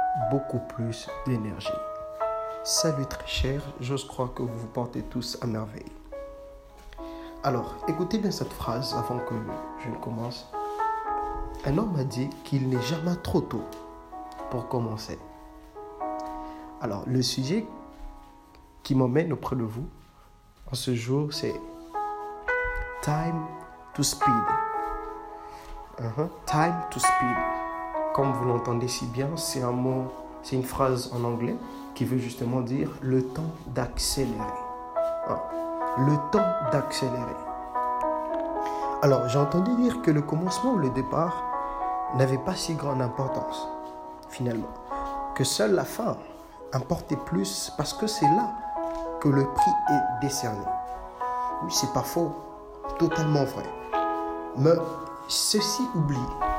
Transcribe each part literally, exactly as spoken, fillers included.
beaucoup plus d'énergie. Salut très cher, j'ose croire que vous vous portez tous à merveille. Alors, écoutez bien cette phrase avant que je ne commence. Un homme a dit qu'il n'est jamais trop tôt pour commencer. Alors, le sujet qui m'emmène auprès de vous en ce jour, c'est Time to Speed. Uh-huh. Time to Speed. Comme vous l'entendez si bien, c'est un mot, c'est une phrase en anglais qui veut justement dire le temps d'accélérer. Ah, le temps d'accélérer. Alors, j'ai entendu dire que le commencement ou le départ n'avait pas si grande importance, finalement, que seule la fin importait plus parce que c'est là que le prix est décerné. Oui, c'est pas faux, totalement vrai. Mais ceci oublie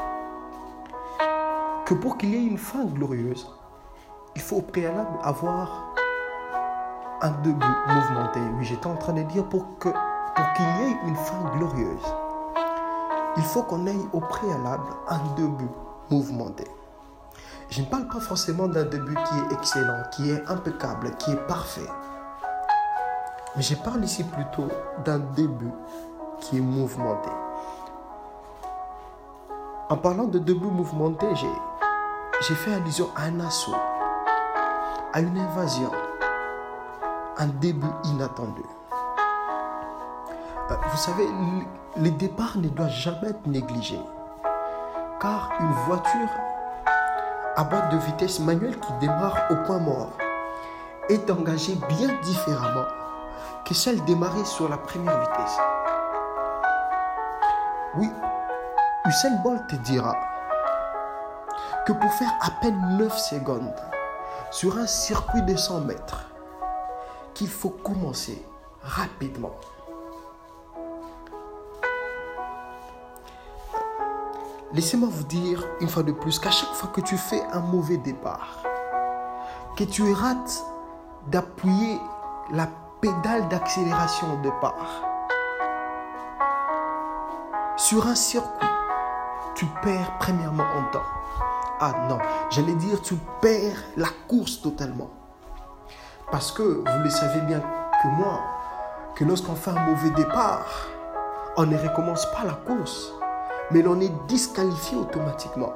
que pour qu'il y ait une fin glorieuse, il faut au préalable avoir un début mouvementé. Oui, j'étais en train de dire pour que pour qu'il y ait une fin glorieuse, il faut qu'on ait au préalable un début mouvementé. Je ne parle pas forcément d'un début qui est excellent, qui est impeccable, qui est parfait. Mais je parle ici plutôt d'un début qui est mouvementé. En parlant de début mouvementé, j'ai, j'ai fait allusion à un assaut, à une invasion, un début inattendu. Euh, vous savez, les départs ne doivent jamais être négligés, car une voiture à boîte de vitesse manuelle qui démarre au point mort est engagée bien différemment que celle démarrée sur la première vitesse. Oui, Usain Bolt te dira que pour faire à peine neuf secondes sur un circuit de cent mètres, qu'il faut commencer rapidement. Laissez-moi vous dire une fois de plus qu'à chaque fois que tu fais un mauvais départ, que tu rates d'appuyer la pédale d'accélération au départ, sur un circuit, tu perds premièrement en temps. Ah non, j'allais dire tu perds la course totalement. Parce que vous le savez bien que moi, que lorsqu'on fait un mauvais départ, on ne recommence pas la course, mais l'on est disqualifié automatiquement.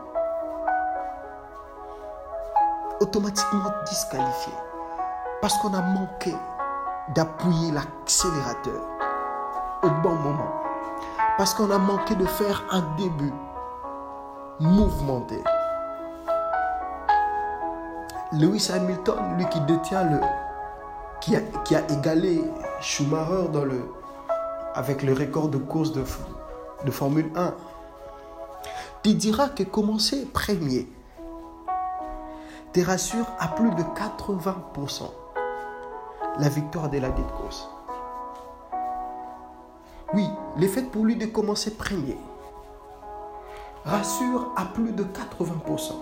Automatiquement disqualifié. Parce qu'on a manqué d'appuyer l'accélérateur au bon moment. Parce qu'on a manqué de faire un début mouvementé. Lewis Hamilton, lui qui détient le... qui a, qui a égalé Schumacher dans le, avec le record de course de, de Formule un, te dira que commencer premier te rassure à plus de quatre-vingts pour cent la victoire de la dite course. Oui, le fait pour lui de commencer premier rassure à plus de quatre-vingts pour cent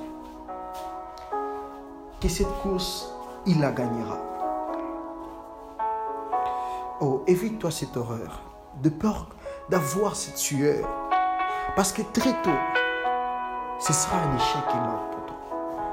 que cette course, il la gagnera. Oh, évite-toi cette horreur, de peur d'avoir cette sueur, parce que très tôt, ce sera un échec énorme pour toi.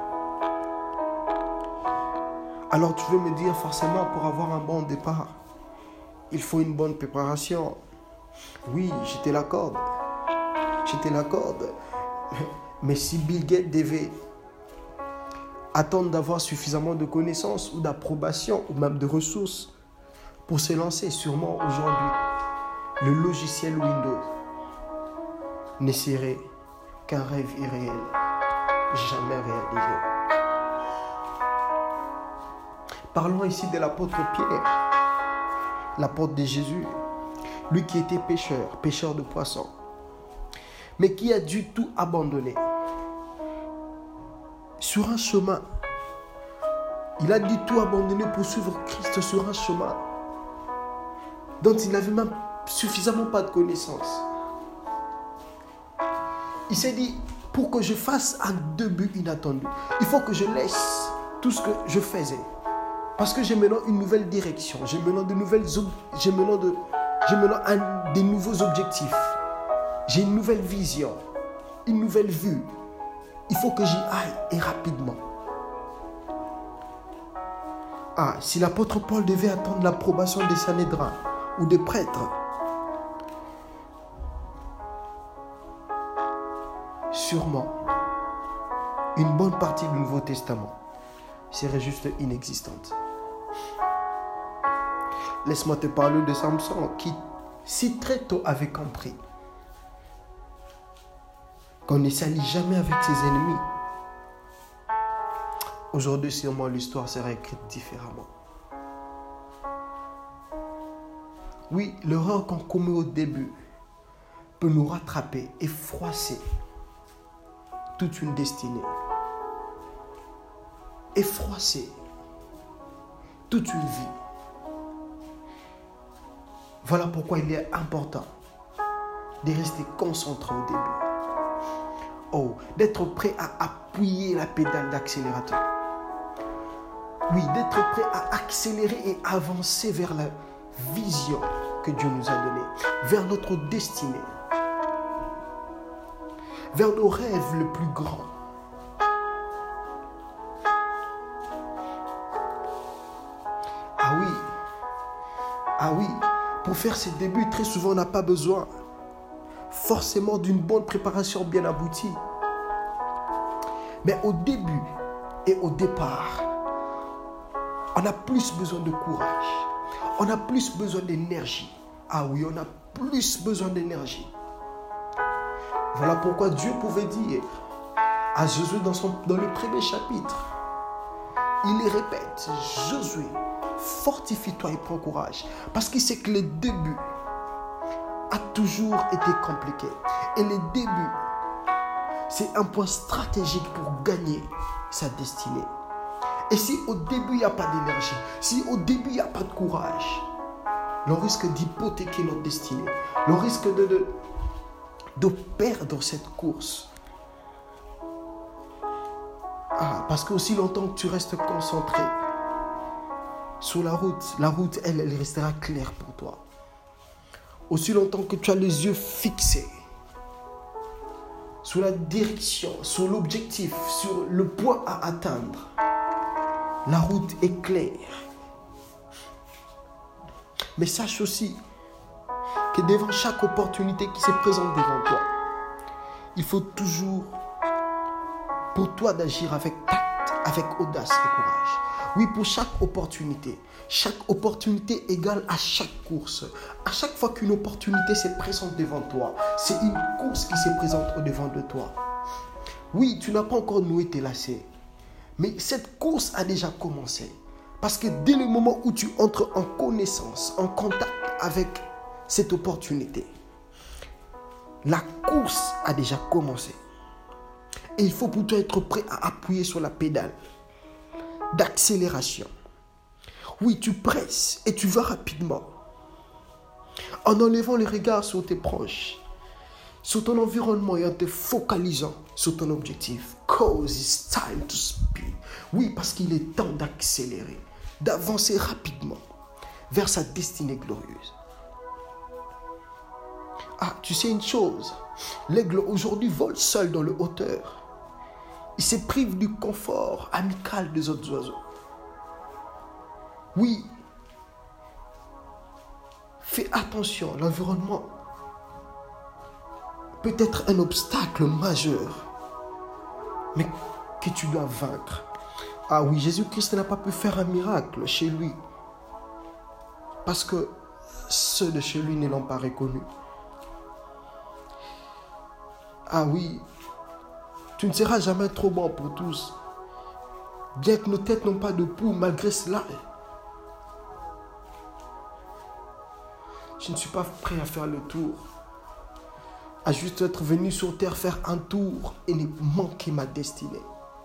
Alors tu veux me dire forcément pour avoir un bon départ, il faut une bonne préparation. Oui, je te l'accorde. Je te l'accorde. Mais si Bill Gates devait attendre d'avoir suffisamment de connaissances ou d'approbation ou même de ressources pour se lancer, sûrement aujourd'hui, le logiciel Windows ne serait qu'un rêve irréel, jamais réalisé. Parlons ici de l'apôtre Pierre, l'apôtre de Jésus, lui qui était pêcheur, pêcheur de poissons, mais qui a dû tout abandonner. Sur un chemin, il a dû tout abandonner pour suivre Christ sur un chemin dont il n'avait même suffisamment pas de connaissances. Il s'est dit, pour que je fasse un début inattendu, il faut que je laisse tout ce que je faisais. Parce que j'ai maintenant une nouvelle direction, j'ai maintenant de nouvelles, j'ai maintenant de, j'ai maintenant un, des nouveaux objectifs. J'ai une nouvelle vision, une nouvelle vue. Il faut que j'y aille et rapidement. Ah, si l'apôtre Paul devait attendre l'approbation des Sanhédrins ou des prêtres, sûrement, une bonne partie du Nouveau Testament serait juste inexistante. Laisse-moi te parler de Samson qui, si très tôt, avait compris qu'on ne s'allie jamais avec ses ennemis. Aujourd'hui, sûrement, l'histoire sera écrite différemment. Oui, l'erreur qu'on commet au début peut nous rattraper et froisser toute une destinée. Et froisser toute une vie. Voilà pourquoi il est important de rester concentré au début. Oh, d'être prêt à appuyer la pédale d'accélérateur. Oui, d'être prêt à accélérer et avancer vers la vision que Dieu nous a donnée, vers notre destinée, vers nos rêves les plus grands. Ah oui, ah oui, pour faire ces débuts, très souvent, on n'a pas besoin forcément d'une bonne préparation bien aboutie. Mais au début et au départ, on a plus besoin de courage. On a plus besoin d'énergie. Ah oui, on a plus besoin d'énergie. Voilà pourquoi Dieu pouvait dire à Josué dans, son, dans le premier chapitre, il les répète, Josué, fortifie-toi et prends courage. Parce qu'il sait que les débuts a toujours été compliqué. Et les débuts, c'est un point stratégique pour gagner sa destinée. Et si au début, il n'y a pas d'énergie, si au début, il n'y a pas de courage, l'on risque d'hypothéquer notre destinée. L'on risque de, de, de perdre cette course. Ah, parce qu'aussi longtemps que tu restes concentré sur la route, la route, elle, elle restera claire pour toi. Aussi longtemps que tu as les yeux fixés sur la direction, sur l'objectif, sur le point à atteindre, la route est claire. Mais sache aussi que devant chaque opportunité qui se présente devant toi, il faut toujours pour toi d'agir avec tact, avec audace et courage. Oui, pour chaque opportunité. Chaque opportunité égale à chaque course. À chaque fois qu'une opportunité se présente devant toi, c'est une course qui se présente au-devant de toi. Oui, tu n'as pas encore noué tes lacets. Mais cette course a déjà commencé. Parce que dès le moment où tu entres en connaissance, en contact avec cette opportunité, la course a déjà commencé. Et il faut pour toi être prêt à appuyer sur la pédale d'accélération. Oui, tu presses et tu vas rapidement. En enlevant les regards sur tes proches, sur ton environnement et en te focalisant sur ton objectif. Cause it's time to speed. Oui, parce qu'il est temps d'accélérer, d'avancer rapidement vers sa destinée glorieuse. Ah, tu sais une chose, l'aigle aujourd'hui vole seul dans le hauteur. Il se prive du confort amical des autres oiseaux. Oui, fais attention, l'environnement peut être un obstacle majeur, mais que tu dois vaincre. Ah oui, Jésus-Christ n'a pas pu faire un miracle chez lui, parce que ceux de chez lui ne l'ont pas reconnu. Ah oui, tu ne seras jamais trop bon pour tous. Bien que nos têtes n'ont pas de pouls, malgré cela, je ne suis pas prêt à faire le tour. À juste être venu sur terre faire un tour et ne manquer ma destinée.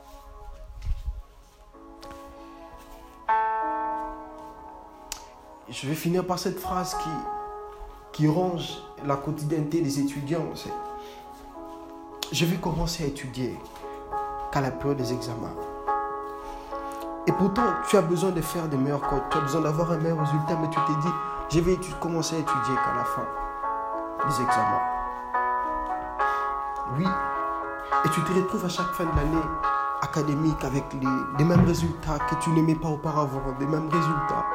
Je vais finir par cette phrase qui, qui ronge la quotidienneté des étudiants. C'est, je vais commencer à étudier qu'à la période des examens. Et pourtant, tu as besoin de faire des meilleurs codes, tu as besoin d'avoir un meilleur résultat, mais tu t'es dit, je vais commencer à étudier qu'à la fin des examens. Oui, et tu te retrouves à chaque fin de l'année académiques avec les, les mêmes résultats que tu n'aimais pas auparavant, les mêmes résultats.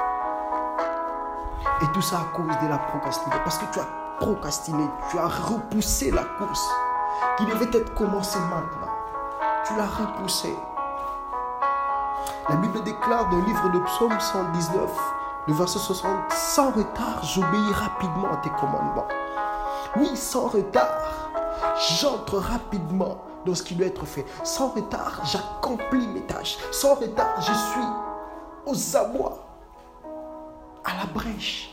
Et tout ça à cause de la procrastination. Parce que tu as procrastiné, tu as repoussé la course qui devait être commencée maintenant. Tu l'as repoussée. La Bible déclare dans le livre de Psaume cent dix-neuf, le verset soixante, « Sans retard, j'obéis rapidement à tes commandements. » Oui, sans retard, j'entre rapidement dans ce qui doit être fait. Sans retard, j'accomplis mes tâches. Sans retard, je suis aux abois, à la brèche.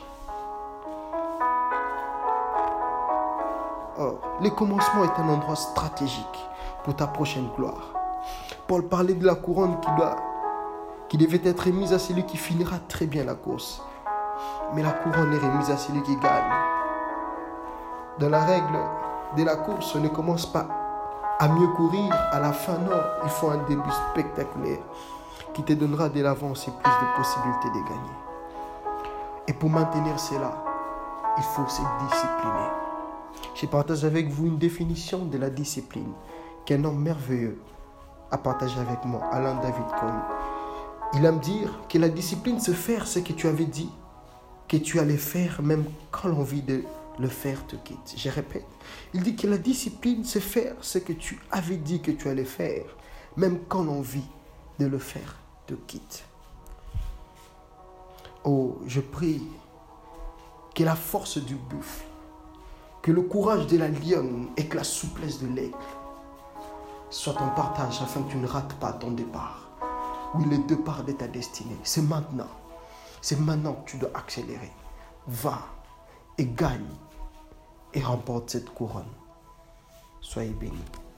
Or, le commencement est un endroit stratégique pour ta prochaine gloire. Paul parlait de la couronne qui, doit, qui devait être remise à celui qui finira très bien la course. Mais la couronne est remise à celui qui gagne. Dans la règle de la course, on ne commence pas à mieux courir à la fin. Non, il faut un début spectaculaire qui te donnera de l'avance et plus de possibilités de gagner. Et pour maintenir cela, il faut se discipliner. Je partage avec vous une définition de la discipline qu'un homme merveilleux a partagé avec moi, Alain David Cohen. Il aime dire que la discipline, c'est faire ce que tu avais dit que tu allais faire, même quand l'envie de le faire te quitte. Je répète, il dit que la discipline, c'est faire ce que tu avais dit que tu allais faire, même quand l'envie de le faire te quitte. Oh, je prie que la force du buffle, que le courage de la lionne et que la souplesse de l'aigle soient en partage afin que tu ne rates pas ton départ. Oui, le départ de ta destinée. C'est maintenant. C'est maintenant que tu dois accélérer. Va et gagne et remporte cette couronne. Soyez bénis.